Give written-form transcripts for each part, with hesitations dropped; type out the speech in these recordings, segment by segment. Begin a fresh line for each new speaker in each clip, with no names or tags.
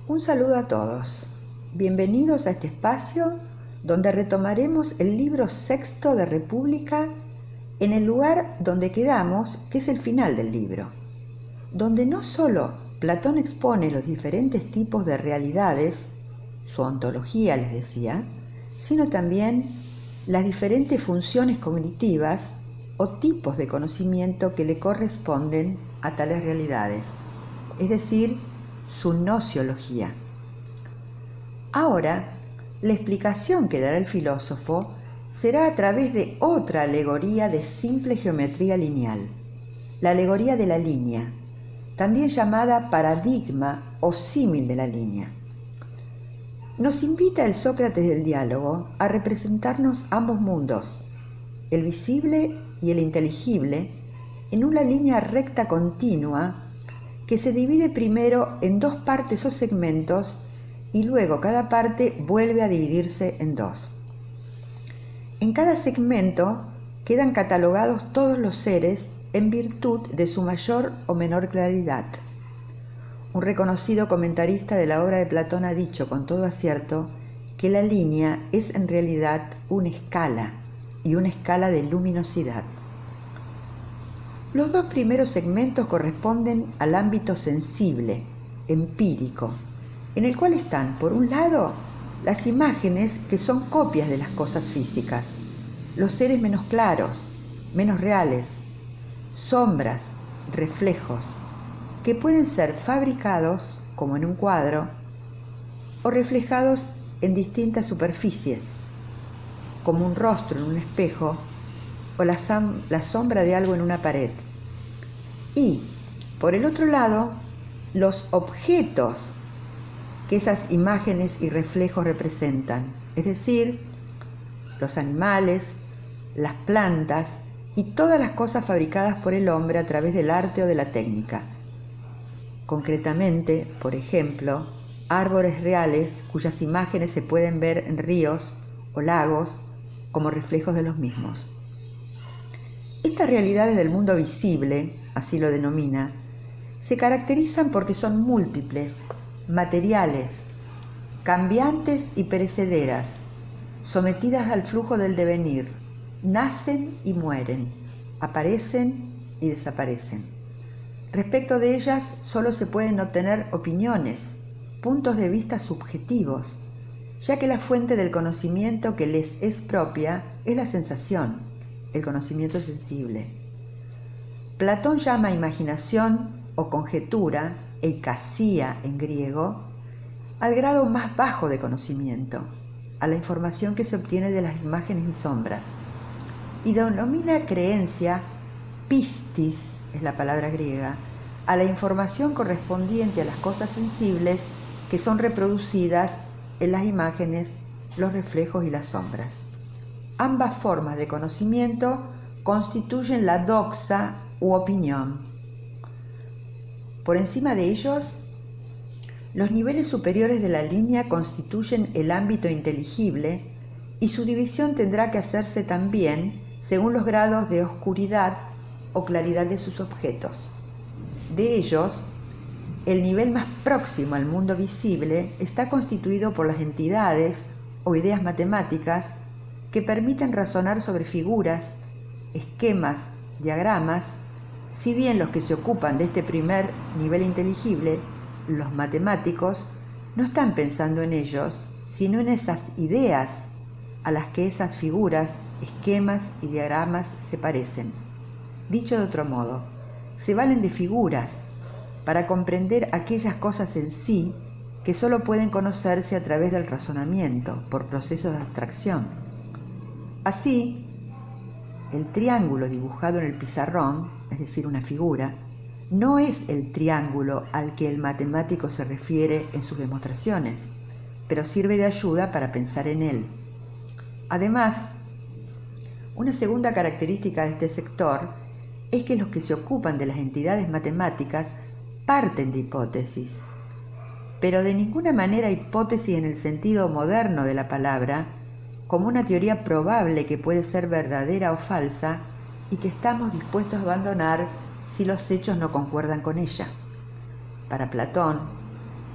Un saludo a todos. Bienvenidos a este espacio donde retomaremos el libro sexto de República en el lugar donde quedamos, que es el final del libro, donde no solo Platón expone los diferentes tipos de realidades, su ontología les decía, sino también las diferentes funciones cognitivas o tipos de conocimiento que le corresponden a tales realidades, es decir, su nociología. Ahora, la explicación que dará el filósofo será a través de otra alegoría de simple geometría lineal, la alegoría de la línea, también llamada paradigma o símil de la línea. Nos invita el Sócrates del diálogo a representarnos ambos mundos, el visible y el inteligible, en una línea recta continua que se divide primero en dos partes o segmentos y luego cada parte vuelve a dividirse en dos. En cada segmento quedan catalogados todos los seres en virtud de su mayor o menor claridad. Un reconocido comentarista de la obra de Platón ha dicho con todo acierto que la línea es en realidad una escala y una escala de luminosidad. Los dos primeros segmentos corresponden al ámbito sensible, empírico, en el cual están, por un lado, las imágenes que son copias de las cosas físicas, los seres menos claros, menos reales, sombras, reflejos, que pueden ser fabricados, como en un cuadro, o reflejados en distintas superficies, como un rostro en un espejo o la sombra de algo en una pared. Y, por el otro lado, los objetos que esas imágenes y reflejos representan, es decir, los animales, las plantas y todas las cosas fabricadas por el hombre a través del arte o de la técnica. Concretamente, por ejemplo, árboles reales cuyas imágenes se pueden ver en ríos o lagos como reflejos de los mismos. Estas realidades del mundo visible, así lo denomina, se caracterizan porque son múltiples, materiales, cambiantes y perecederas, sometidas al flujo del devenir, nacen y mueren, aparecen y desaparecen. Respecto de ellas solo se pueden obtener opiniones, puntos de vista subjetivos, ya que la fuente del conocimiento que les es propia es la sensación, el conocimiento sensible. Platón llama imaginación o conjetura, eikasía en griego, al grado más bajo de conocimiento, a la información que se obtiene de las imágenes y sombras, y denomina creencia, pistis es la palabra griega, a la información correspondiente a las cosas sensibles que son reproducidas en las imágenes, los reflejos y las sombras. Ambas formas de conocimiento constituyen la doxa u opinión. Por encima de ellos, los niveles superiores de la línea constituyen el ámbito inteligible y su división tendrá que hacerse también según los grados de oscuridad o claridad de sus objetos. De ellos, el nivel más próximo al mundo visible está constituido por las entidades o ideas matemáticas que permiten razonar sobre figuras, esquemas, diagramas, si bien los que se ocupan de este primer nivel inteligible, los matemáticos, no están pensando en ellos, sino en esas ideas a las que esas figuras, esquemas y diagramas se parecen. Dicho de otro modo, se valen de figuras para comprender aquellas cosas en sí que solo pueden conocerse a través del razonamiento, por procesos de abstracción. Así, el triángulo dibujado en el pizarrón, es decir, una figura, no es el triángulo al que el matemático se refiere en sus demostraciones, pero sirve de ayuda para pensar en él. Además, una segunda característica de este sector es que los que se ocupan de las entidades matemáticas parten de hipótesis, pero de ninguna manera hipótesis en el sentido moderno de la palabra, como una teoría probable que puede ser verdadera o falsa y que estamos dispuestos a abandonar si los hechos no concuerdan con ella. Para Platón,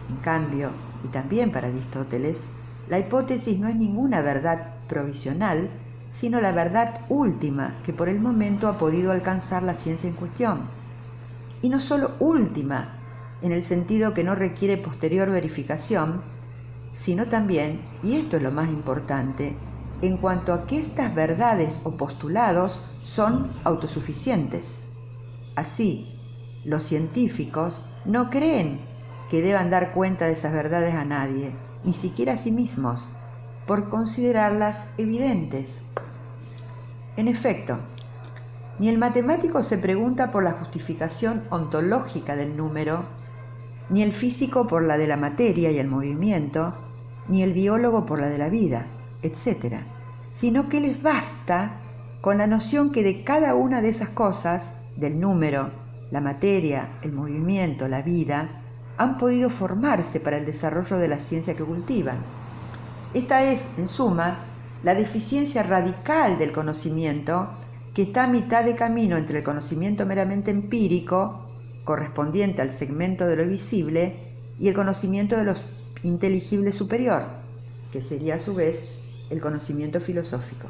En cambio, y también para Aristóteles, la hipótesis no es ninguna verdad provisional, sino la verdad última que por el momento ha podido alcanzar la ciencia en cuestión. Y no solo última, en el sentido que no requiere posterior verificación, sino también, y esto es lo más importante, en cuanto a que estas verdades o postulados son autosuficientes. Así, los científicos no creen que deban dar cuenta de esas verdades a nadie, ni siquiera a sí mismos, por considerarlas evidentes. En efecto, ni el matemático se pregunta por la justificación ontológica del número, ni el físico por la de la materia y el movimiento, ni el biólogo por la de la vida, etc., sino que les basta con la noción que de cada una de esas cosas, del número, la materia, el movimiento, la vida, han podido formarse para el desarrollo de la ciencia que cultivan. Esta es, en suma, la deficiencia radical del conocimiento que está a mitad de camino entre el conocimiento meramente empírico, correspondiente al segmento de lo visible, y el conocimiento de lo inteligible superior, que sería a su vez el conocimiento filosófico.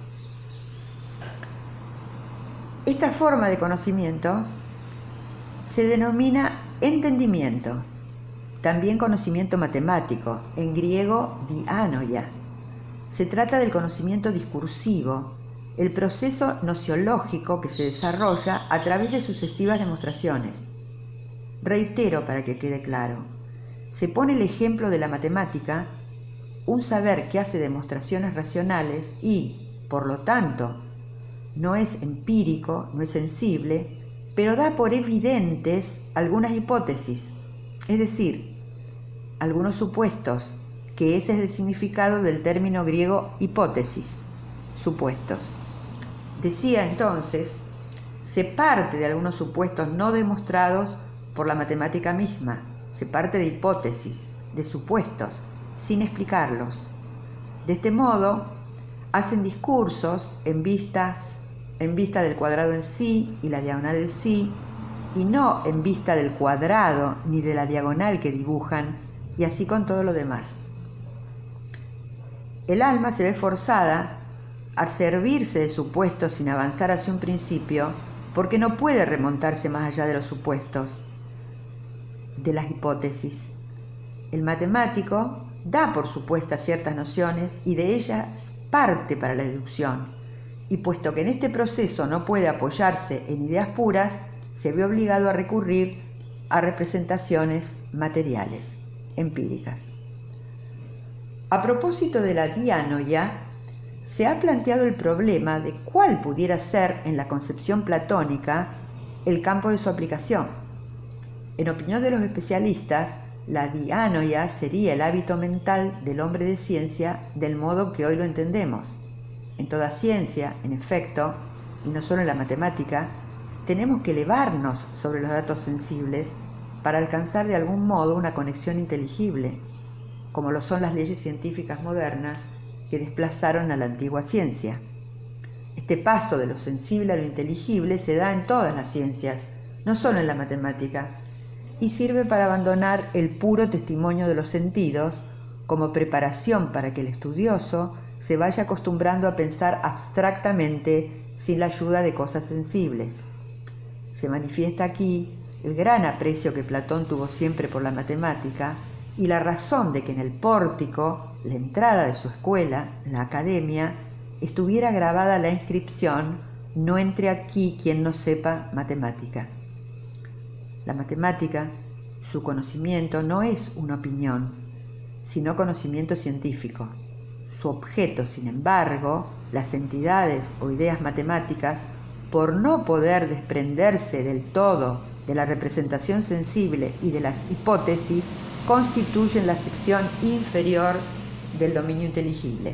Esta forma de conocimiento se denomina entendimiento, también conocimiento matemático, en griego dianoia. Se trata del conocimiento discursivo, el proceso nociológico que se desarrolla a través de sucesivas demostraciones. Reitero para que quede claro, se pone el ejemplo de la matemática, un saber que hace demostraciones racionales y, por lo tanto, no es empírico, no es sensible, pero da por evidentes algunas hipótesis, es decir, algunos supuestos, que ese es el significado del término griego hipótesis, supuestos. Decía entonces, se parte de algunos supuestos no demostrados por la matemática misma, se parte de hipótesis, de supuestos, sin explicarlos. De este modo, hacen discursos en vista del cuadrado en sí y la diagonal en sí, y no en vista del cuadrado ni de la diagonal que dibujan, y así con todo lo demás. El alma se ve forzada a servirse de supuestos sin avanzar hacia un principio, porque no puede remontarse más allá de los supuestos, de las hipótesis. El matemático da por supuestas ciertas nociones y de ellas parte para la deducción, y puesto que en este proceso no puede apoyarse en ideas puras, se ve obligado a recurrir a representaciones materiales, empíricas. A propósito de la dianoia, se ha planteado el problema de cuál pudiera ser, en la concepción platónica, el campo de su aplicación. En opinión de los especialistas, la dianoia sería el hábito mental del hombre de ciencia del modo que hoy lo entendemos. En toda ciencia, en efecto, y no solo en la matemática, tenemos que elevarnos sobre los datos sensibles para alcanzar de algún modo una conexión inteligible, como lo son las leyes científicas modernas que desplazaron a la antigua ciencia. Este paso de lo sensible a lo inteligible se da en todas las ciencias, no solo en la matemática, y sirve para abandonar el puro testimonio de los sentidos como preparación para que el estudioso se vaya acostumbrando a pensar abstractamente sin la ayuda de cosas sensibles. Se manifiesta aquí el gran aprecio que Platón tuvo siempre por la matemática y la razón de que en el pórtico, la entrada de su escuela, la academia, estuviera grabada la inscripción: no entre aquí quien no sepa matemática. La matemática, su conocimiento, no es una opinión, sino conocimiento científico. Su objeto, sin embargo, las entidades o ideas matemáticas, por no poder desprenderse del todo de la representación sensible y de las hipótesis, constituyen la sección inferior del dominio inteligible.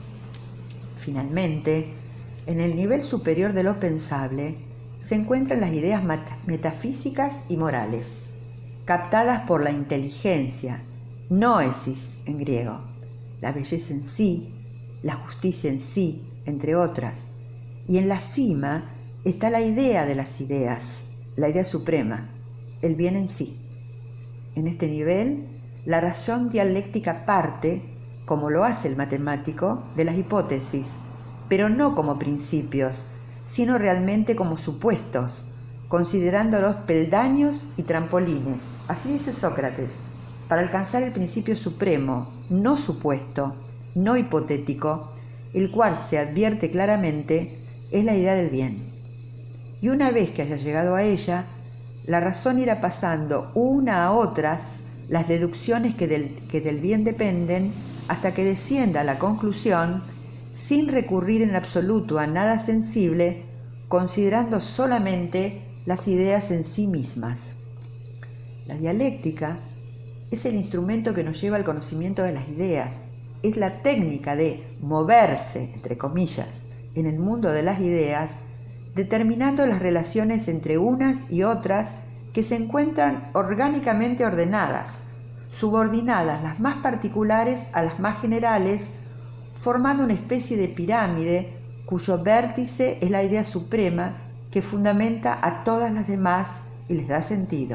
Finalmente, en el nivel superior de lo pensable, se encuentran las ideas metafísicas y morales, captadas por la inteligencia, noesis en griego, la belleza en sí, la justicia en sí, entre otras. Y en la cima está la idea de las ideas, la idea suprema, el bien en sí. En este nivel la razón dialéctica parte, como lo hace el matemático, de las hipótesis, pero no como principios, sino realmente como supuestos, considerándolos peldaños y trampolines. Así dice Sócrates, para alcanzar el principio supremo, no supuesto, no hipotético, el cual se advierte claramente es la idea del bien. Y una vez que haya llegado a ella, la razón irá pasando una a otras las deducciones que del bien dependen hasta que descienda a la conclusión sin recurrir en absoluto a nada sensible, considerando solamente las ideas en sí mismas. La dialéctica es el instrumento que nos lleva al conocimiento de las ideas, es la técnica de moverse, entre comillas, en el mundo de las ideas, determinando las relaciones entre unas y otras que se encuentran orgánicamente ordenadas, subordinadas las más particulares a las más generales, formando una especie de pirámide cuyo vértice es la idea suprema que fundamenta a todas las demás y les da sentido.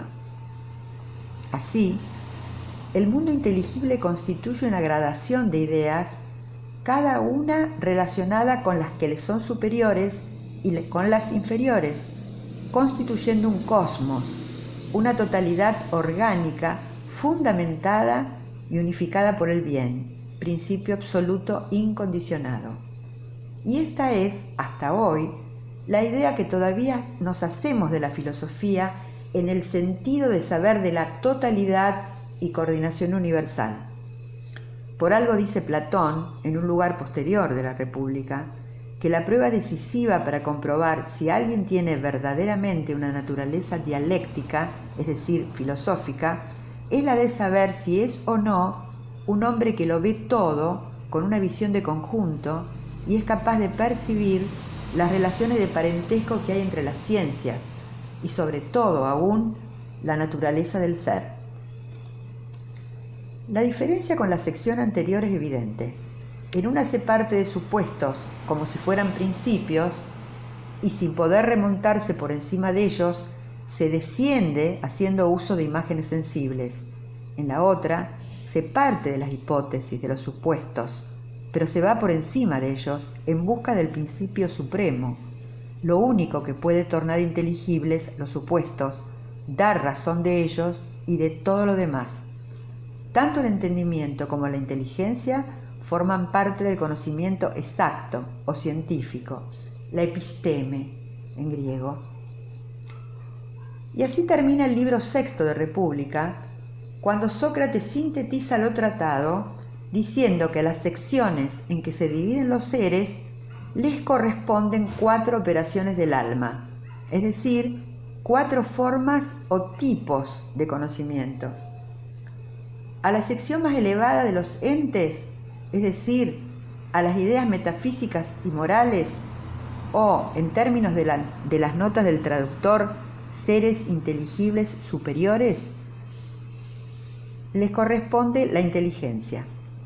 Así, el mundo inteligible constituye una gradación de ideas, cada una relacionada con las que le son superiores y con las inferiores, constituyendo un cosmos, una totalidad orgánica fundamentada y unificada por el bien, principio absoluto incondicionado. Y esta es, hasta hoy, la idea que todavía nos hacemos de la filosofía en el sentido de saber de la totalidad y coordinación universal. Por algo dice Platón, en un lugar posterior de la República, que la prueba decisiva para comprobar si alguien tiene verdaderamente una naturaleza dialéctica, es decir, filosófica, es la de saber si es o no un hombre que lo ve todo con una visión de conjunto y es capaz de percibir las relaciones de parentesco que hay entre las ciencias y sobre todo aún la naturaleza del ser. La diferencia con la sección anterior es evidente. En una se parte de supuestos como si fueran principios y sin poder remontarse por encima de ellos, se desciende haciendo uso de imágenes sensibles. En la otra se parte de las hipótesis, de los supuestos, pero se va por encima de ellos en busca del principio supremo, lo único que puede tornar inteligibles los supuestos, dar razón de ellos y de todo lo demás. Tanto el entendimiento como la inteligencia forman parte del conocimiento exacto o científico, la episteme en griego. Y así termina el libro sexto de República, cuando Sócrates sintetiza lo tratado diciendo que a las secciones en que se dividen los seres les corresponden 4 operaciones del alma, es decir, 4 formas o tipos de conocimiento. A la sección más elevada de los entes, es decir, a las ideas metafísicas y morales, o, en términos de las notas del traductor, seres inteligibles superiores, les corresponde la inteligencia.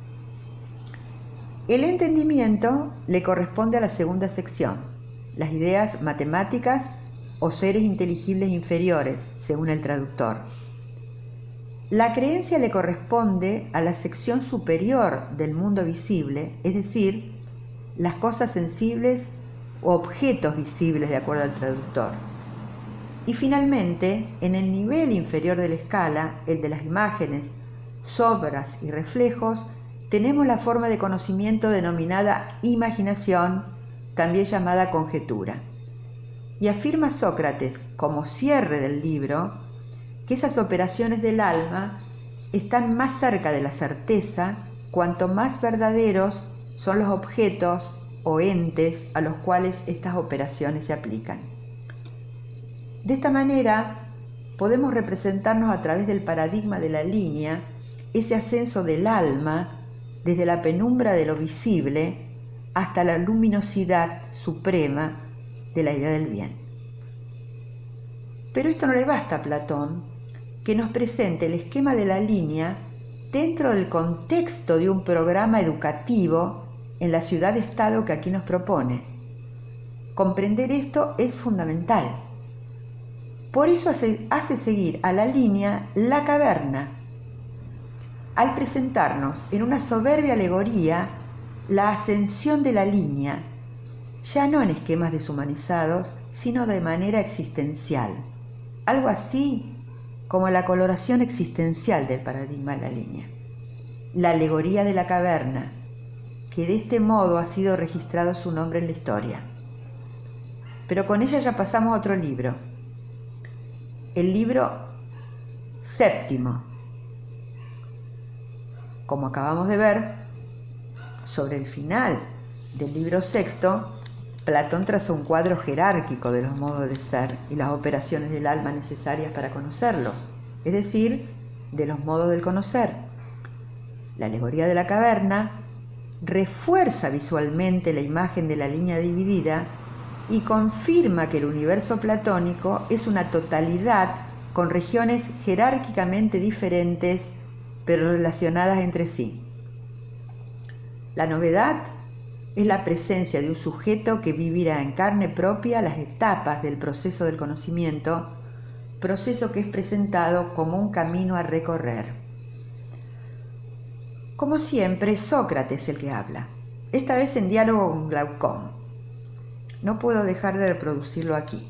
El entendimiento le corresponde a la segunda sección, las ideas matemáticas o seres inteligibles inferiores, según el traductor. La creencia le corresponde a la sección superior del mundo visible, es decir, las cosas sensibles o objetos visibles de acuerdo al traductor. Y finalmente, en el nivel inferior de la escala, el de las imágenes, sombras y reflejos, tenemos la forma de conocimiento denominada imaginación, también llamada conjetura. Y afirma Sócrates, como cierre del libro, que esas operaciones del alma están más cerca de la certeza cuanto más verdaderos son los objetos o entes a los cuales estas operaciones se aplican. De esta manera, podemos representarnos a través del paradigma de la línea ese ascenso del alma desde la penumbra de lo visible hasta la luminosidad suprema de la idea del bien. Pero esto no le basta a Platón, que nos presente el esquema de la línea dentro del contexto de un programa educativo en la ciudad-estado que aquí nos propone. Comprender esto es fundamental. Por eso hace seguir a la línea la caverna. al presentarnos en una soberbia alegoría la ascensión de la línea, ya no en esquemas deshumanizados, sino de manera existencial, algo así como la coloración existencial del paradigma de la línea. La alegoría de la caverna, que de este modo ha sido registrado su nombre en la historia. Pero con ella ya pasamos a otro libro, el libro séptimo. Como acabamos de ver, sobre el final del libro sexto, Platón trazó un cuadro jerárquico de los modos de ser y las operaciones del alma necesarias para conocerlos, es decir, de los modos del conocer. La alegoría de la caverna refuerza visualmente la imagen de la línea dividida y confirma que el universo platónico es una totalidad con regiones jerárquicamente diferentes, pero relacionadas entre sí. La novedad es la presencia de un sujeto que vivirá en carne propia las etapas del proceso del conocimiento, proceso que es presentado como un camino a recorrer. Como siempre, es Sócrates el que habla, esta vez en diálogo con Glaucón. No puedo dejar de reproducirlo aquí.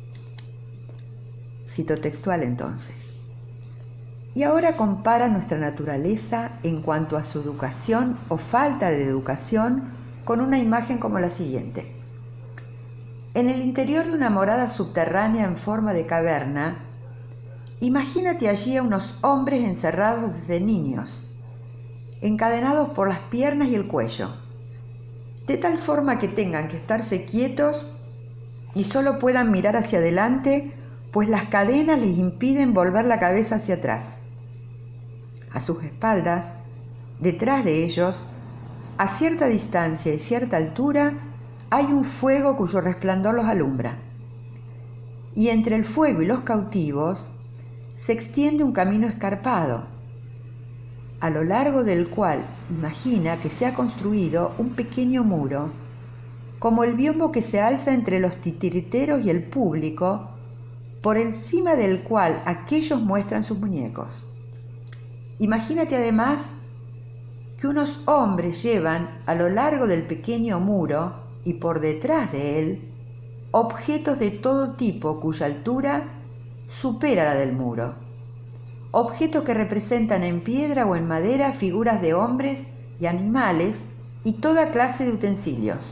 Cito textual entonces. Y ahora compara nuestra naturaleza en cuanto a su educación o falta de educación con una imagen como la siguiente. En el interior de una morada subterránea en forma de caverna, imagínate allí a unos hombres encerrados desde niños, encadenados por las piernas y el cuello, de tal forma que tengan que estarse quietos y solo puedan mirar hacia adelante, pues las cadenas les impiden volver la cabeza hacia atrás. A sus espaldas, detrás de ellos, a cierta distancia y cierta altura, hay un fuego cuyo resplandor los alumbra. Y entre el fuego y los cautivos se extiende un camino escarpado, a lo largo del cual imagina que se ha construido un pequeño muro, como el biombo que se alza entre los titiriteros y el público, por encima del cual aquellos muestran sus muñecos. Imagínate además que unos hombres llevan a lo largo del pequeño muro y por detrás de él objetos de todo tipo cuya altura supera la del muro. Objetos que representan en piedra o en madera figuras de hombres y animales y toda clase de utensilios.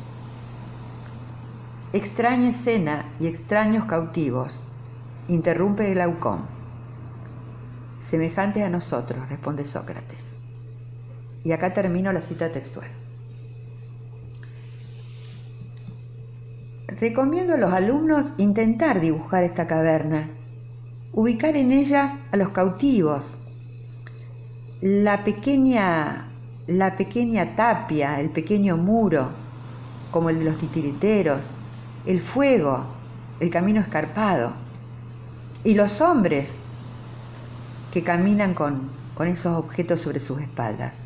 Extraña escena y extraños cautivos, interrumpe Glaucón. Semejantes a nosotros, responde Sócrates. Y acá termino la cita textual. Recomiendo a los alumnos intentar dibujar esta caverna, ubicar en ellas a los cautivos, la pequeña tapia, el pequeño muro, como el de los titiriteros, el fuego, el camino escarpado, y los hombres que caminan con esos objetos sobre sus espaldas.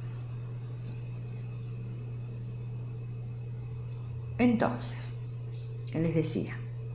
Entonces, les decía,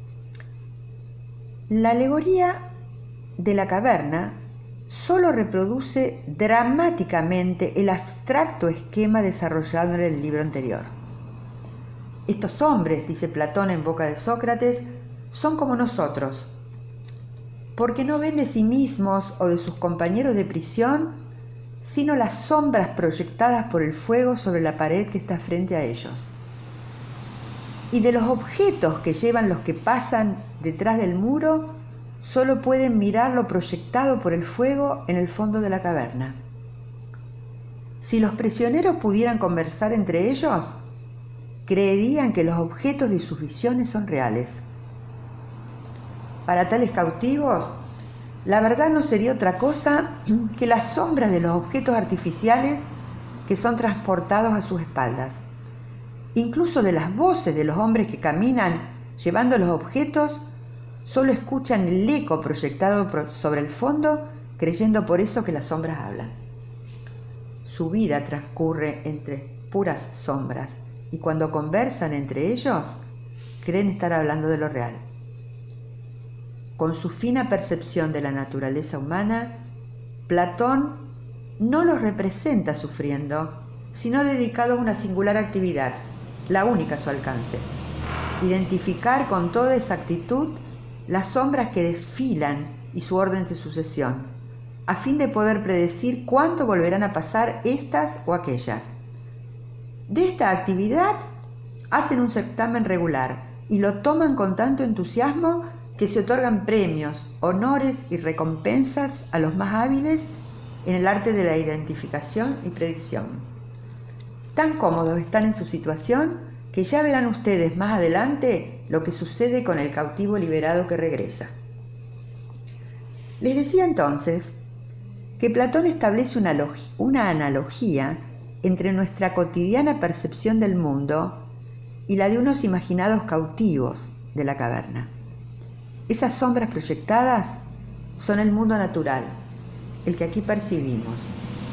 la alegoría de la caverna solo reproduce dramáticamente el abstracto esquema desarrollado en el libro anterior. Estos hombres, dice Platón en boca de Sócrates, son como nosotros, porque no ven de sí mismos o de sus compañeros de prisión, sino las sombras proyectadas por el fuego sobre la pared que está frente a ellos. Y de los objetos que llevan los que pasan detrás del muro, solo pueden mirar lo proyectado por el fuego en el fondo de la caverna. Si los prisioneros pudieran conversar entre ellos, creerían que los objetos de sus visiones son reales. Para tales cautivos, la verdad no sería otra cosa que las sombras de los objetos artificiales que son transportados a sus espaldas. Incluso de las voces de los hombres que caminan llevando los objetos, solo escuchan el eco proyectado sobre el fondo, creyendo por eso que las sombras hablan. Su vida transcurre entre puras sombras y cuando conversan entre ellos, creen estar hablando de lo real. Con su fina percepción de la naturaleza humana, Platón no los representa sufriendo, sino dedicado a una singular actividad, la única a su alcance: identificar con toda exactitud las sombras que desfilan y su orden de sucesión, a fin de poder predecir cuándo volverán a pasar estas o aquellas. De esta actividad hacen un certamen regular y lo toman con tanto entusiasmo que se otorgan premios, honores y recompensas a los más hábiles en el arte de la identificación y predicción. Tan cómodos están en su situación que ya verán ustedes más adelante lo que sucede con el cautivo liberado que regresa. Les decía entonces que Platón establece una analogía entre nuestra cotidiana percepción del mundo y la de unos imaginados cautivos de la caverna. Esas sombras proyectadas son el mundo natural, el que aquí percibimos.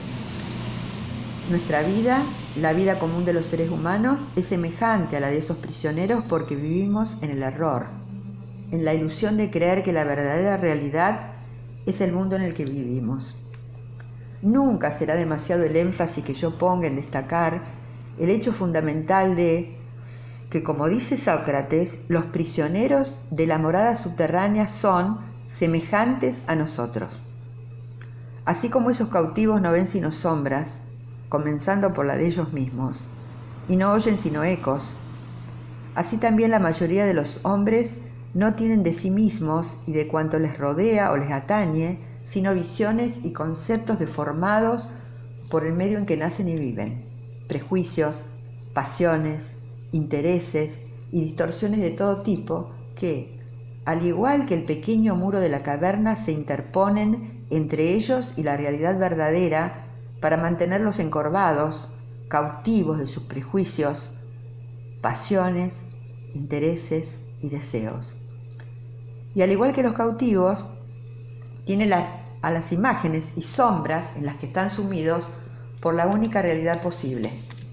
Nuestra vida, la vida común de los seres humanos, es semejante a la de esos prisioneros porque vivimos en el error, en la ilusión de creer que la verdadera realidad es el mundo en el que vivimos. Nunca será demasiado el énfasis que yo ponga en destacar el hecho fundamental de que, como dice Sócrates, los prisioneros de la morada subterránea son semejantes a nosotros. Así como esos cautivos no ven sino sombras, comenzando por la de ellos mismos, y no oyen sino ecos, así también la mayoría de los hombres no tienen de sí mismos y de cuanto les rodea o les atañe, sino visiones y conceptos deformados por el medio en que nacen y viven, prejuicios, pasiones, intereses y distorsiones de todo tipo que, al igual que el pequeño muro de la caverna, se interponen entre ellos y la realidad verdadera para mantenerlos encorvados, cautivos de sus prejuicios, pasiones, intereses y deseos. Y al igual que los cautivos, tiene a las imágenes y sombras en las que están sumidos por la única realidad posible.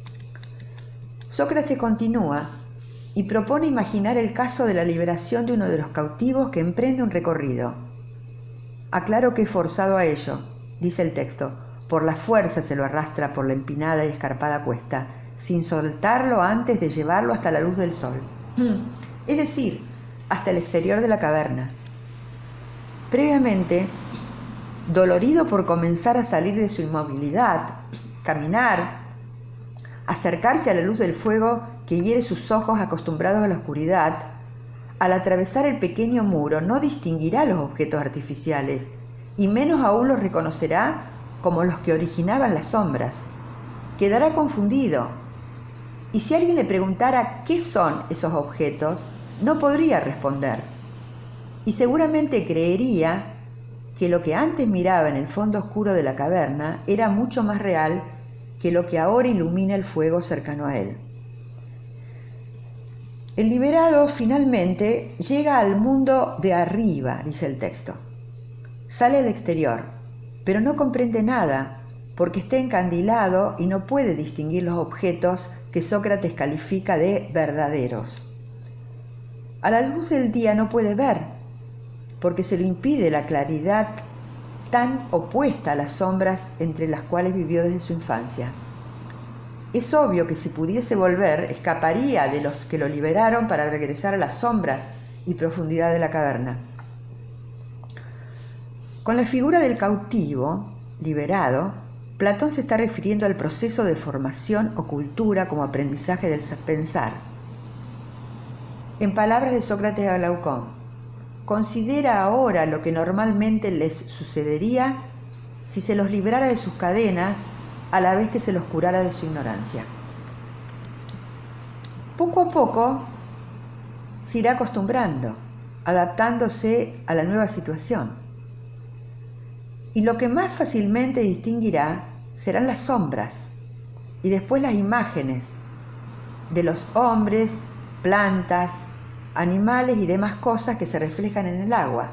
Sócrates continúa y propone imaginar el caso de la liberación de uno de los cautivos que emprende un recorrido. Aclaro que es forzado a ello, dice el texto, por la fuerza se lo arrastra por la empinada y escarpada cuesta, sin soltarlo antes de llevarlo hasta la luz del sol, es decir, hasta el exterior de la caverna. Previamente, dolorido por comenzar a salir de su inmovilidad, caminar, acercarse a la luz del fuego que hiere sus ojos acostumbrados a la oscuridad, al atravesar el pequeño muro no distinguirá los objetos artificiales y menos aún los reconocerá como los que originaban las sombras. Quedará confundido y si alguien le preguntara qué son esos objetos, no podría responder y seguramente creería que lo que antes miraba en el fondo oscuro de la caverna era mucho más real que lo que ahora ilumina el fuego cercano a él. El liberado finalmente llega al mundo de arriba, dice el texto. Sale al exterior, pero no comprende nada porque está encandilado y no puede distinguir los objetos que Sócrates califica de verdaderos. A la luz del día no puede ver porque se lo impide la claridad tan opuesta a las sombras entre las cuales vivió desde su infancia. Es obvio que si pudiese volver, escaparía de los que lo liberaron para regresar a las sombras y profundidad de la caverna. Con la figura del cautivo, liberado, Platón se está refiriendo al proceso de formación o cultura como aprendizaje del pensar. En palabras de Sócrates a Glaucón, considera ahora lo que normalmente les sucedería si se los librara de sus cadenas a la vez que se los curara de su ignorancia. Poco a poco se irá acostumbrando, adaptándose a la nueva situación. Y lo que más fácilmente distinguirá serán las sombras y después las imágenes de los hombres, plantas, animales y demás cosas que se reflejan en el agua.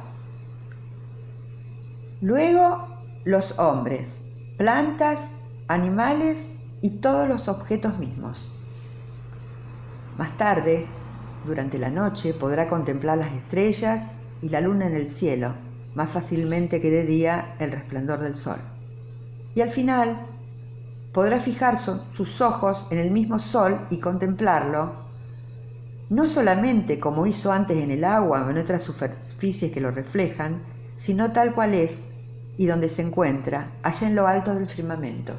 Luego los hombres, plantas, animales y todos los objetos mismos. Más tarde, durante la noche, podrá contemplar las estrellas y la luna en el cielo, más fácilmente que de día el resplandor del sol. y al final podrá fijar sus ojos en el mismo sol y contemplarlo, no solamente como hizo antes en el agua o en otras superficies que lo reflejan, sino tal cual es y donde se encuentra, allá en lo alto del firmamento.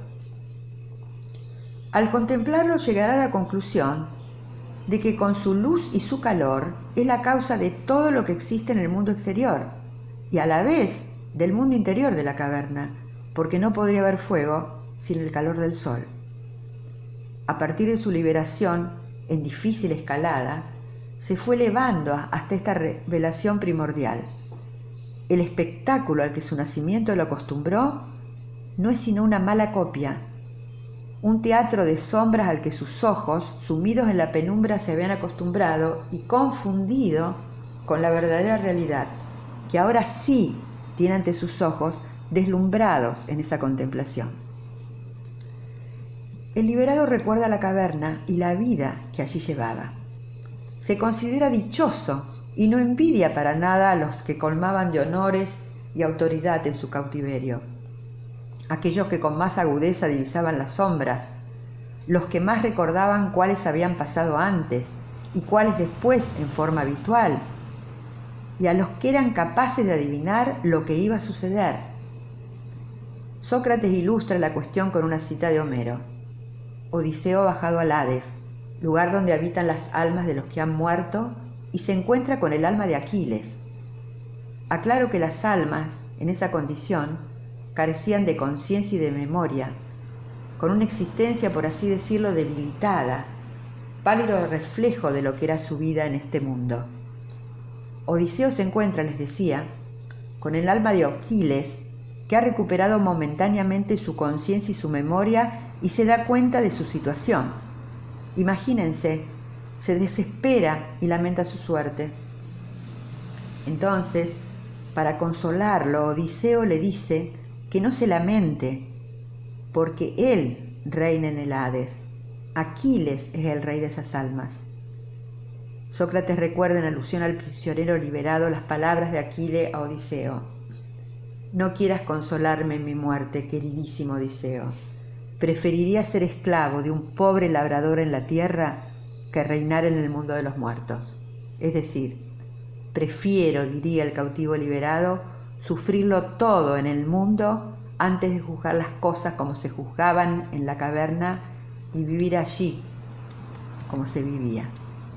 Al contemplarlo llegará a la conclusión de que con su luz y su calor es la causa de todo lo que existe en el mundo exterior y a la vez del mundo interior de la caverna, porque no podría haber fuego sin el calor del sol. A partir de su liberación en difícil escalada, se fue elevando hasta esta revelación primordial. El espectáculo al que su nacimiento lo acostumbró no es sino una mala copia, un teatro de sombras al que sus ojos, sumidos en la penumbra, se habían acostumbrado y confundido con la verdadera realidad, que ahora sí tiene ante sus ojos, deslumbrados en esa contemplación. El liberado recuerda la caverna y la vida que allí llevaba. Se considera dichoso y no envidia para nada a los que colmaban de honores y autoridad en su cautiverio, aquellos que con más agudeza divisaban las sombras, los que más recordaban cuáles habían pasado antes y cuáles después en forma habitual, y a los que eran capaces de adivinar lo que iba a suceder. Sócrates ilustra la cuestión con una cita de Homero. Odiseo ha bajado al Hades, lugar donde habitan las almas de los que han muerto, y se encuentra con el alma de Aquiles. Aclaro que las almas, en esa condición, carecían de conciencia y de memoria, con una existencia, por así decirlo, debilitada, pálido reflejo de lo que era su vida en este mundo. Odiseo se encuentra, les decía, con el alma de Aquiles, que ha recuperado momentáneamente su conciencia y su memoria y se da cuenta de su situación. Imagínense, se desespera y lamenta su suerte. Entonces, para consolarlo, Odiseo le dice que no se lamente, porque él reina en el Hades. Aquiles es el rey de esas almas. Sócrates recuerda en alusión al prisionero liberado las palabras de Aquiles a Odiseo. No quieras consolarme en mi muerte, queridísimo Odiseo. Preferiría ser esclavo de un pobre labrador en la tierra que reinar en el mundo de los muertos. Es decir, prefiero, diría el cautivo liberado, sufrirlo todo en el mundo antes de juzgar las cosas como se juzgaban en la caverna y vivir allí como se vivía.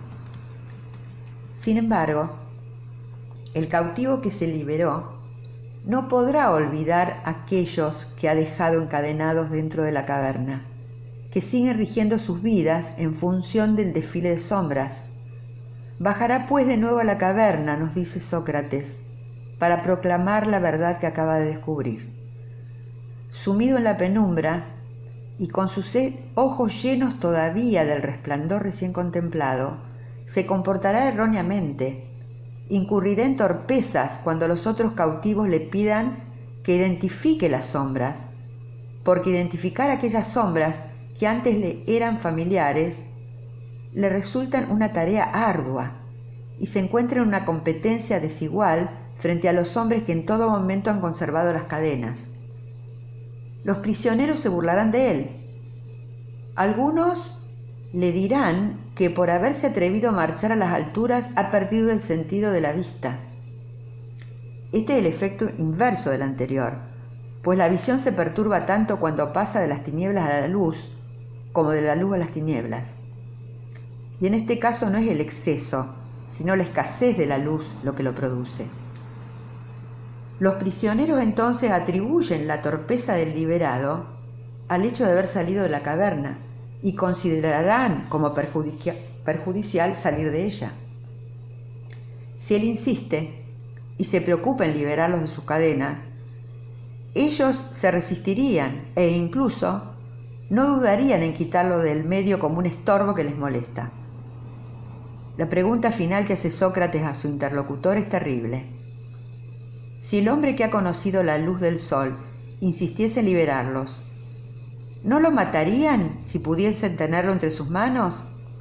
Sin embargo, el cautivo que se liberó no podrá olvidar a aquellos que ha dejado encadenados dentro de la caverna, que siguen rigiendo sus vidas en función del desfile de sombras. Bajará pues de nuevo a la caverna, nos dice Sócrates, para proclamar la verdad que acaba de descubrir. Sumido en la penumbra y con sus ojos llenos todavía del resplandor recién contemplado, se comportará erróneamente, incurrirá en torpezas cuando los otros cautivos le pidan que identifique las sombras, porque identificar aquellas sombras que antes le eran familiares le resultan una tarea ardua y se encuentra en una competencia desigual frente a los hombres que en todo momento han conservado las cadenas. Los prisioneros se burlarán de él. Algunos le dirán que por haberse atrevido a marchar a las alturas ha perdido el sentido de la vista. Este es el efecto inverso del anterior, pues la visión se perturba tanto cuando pasa de las tinieblas a la luz, como de la luz a las tinieblas. Y en este caso no es el exceso, sino la escasez de la luz lo que lo produce. Los prisioneros entonces atribuyen la torpeza del liberado al hecho de haber salido de la caverna y considerarán como perjudicial salir de ella. Si él insiste y se preocupa en liberarlos de sus cadenas, ellos se resistirían e incluso no dudarían en quitarlo del medio como un estorbo que les molesta. La pregunta final que hace Sócrates a su interlocutor es terrible. Si el hombre que ha conocido la luz del sol insistiese en liberarlos, ¿no lo matarían si pudiesen tenerlo entre sus manos?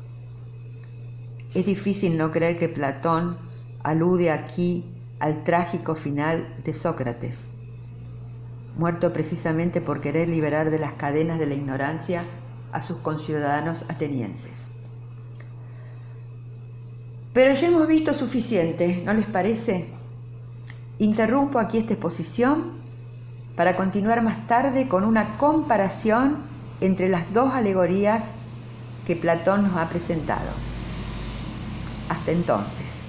Es difícil no creer que Platón alude aquí al trágico final de Sócrates. muerto precisamente por querer liberar de las cadenas de la ignorancia a sus conciudadanos atenienses. Pero ya hemos visto suficiente, ¿no les parece? Interrumpo aquí esta exposición para continuar más tarde con una comparación entre las dos alegorías que Platón nos ha presentado. Hasta entonces.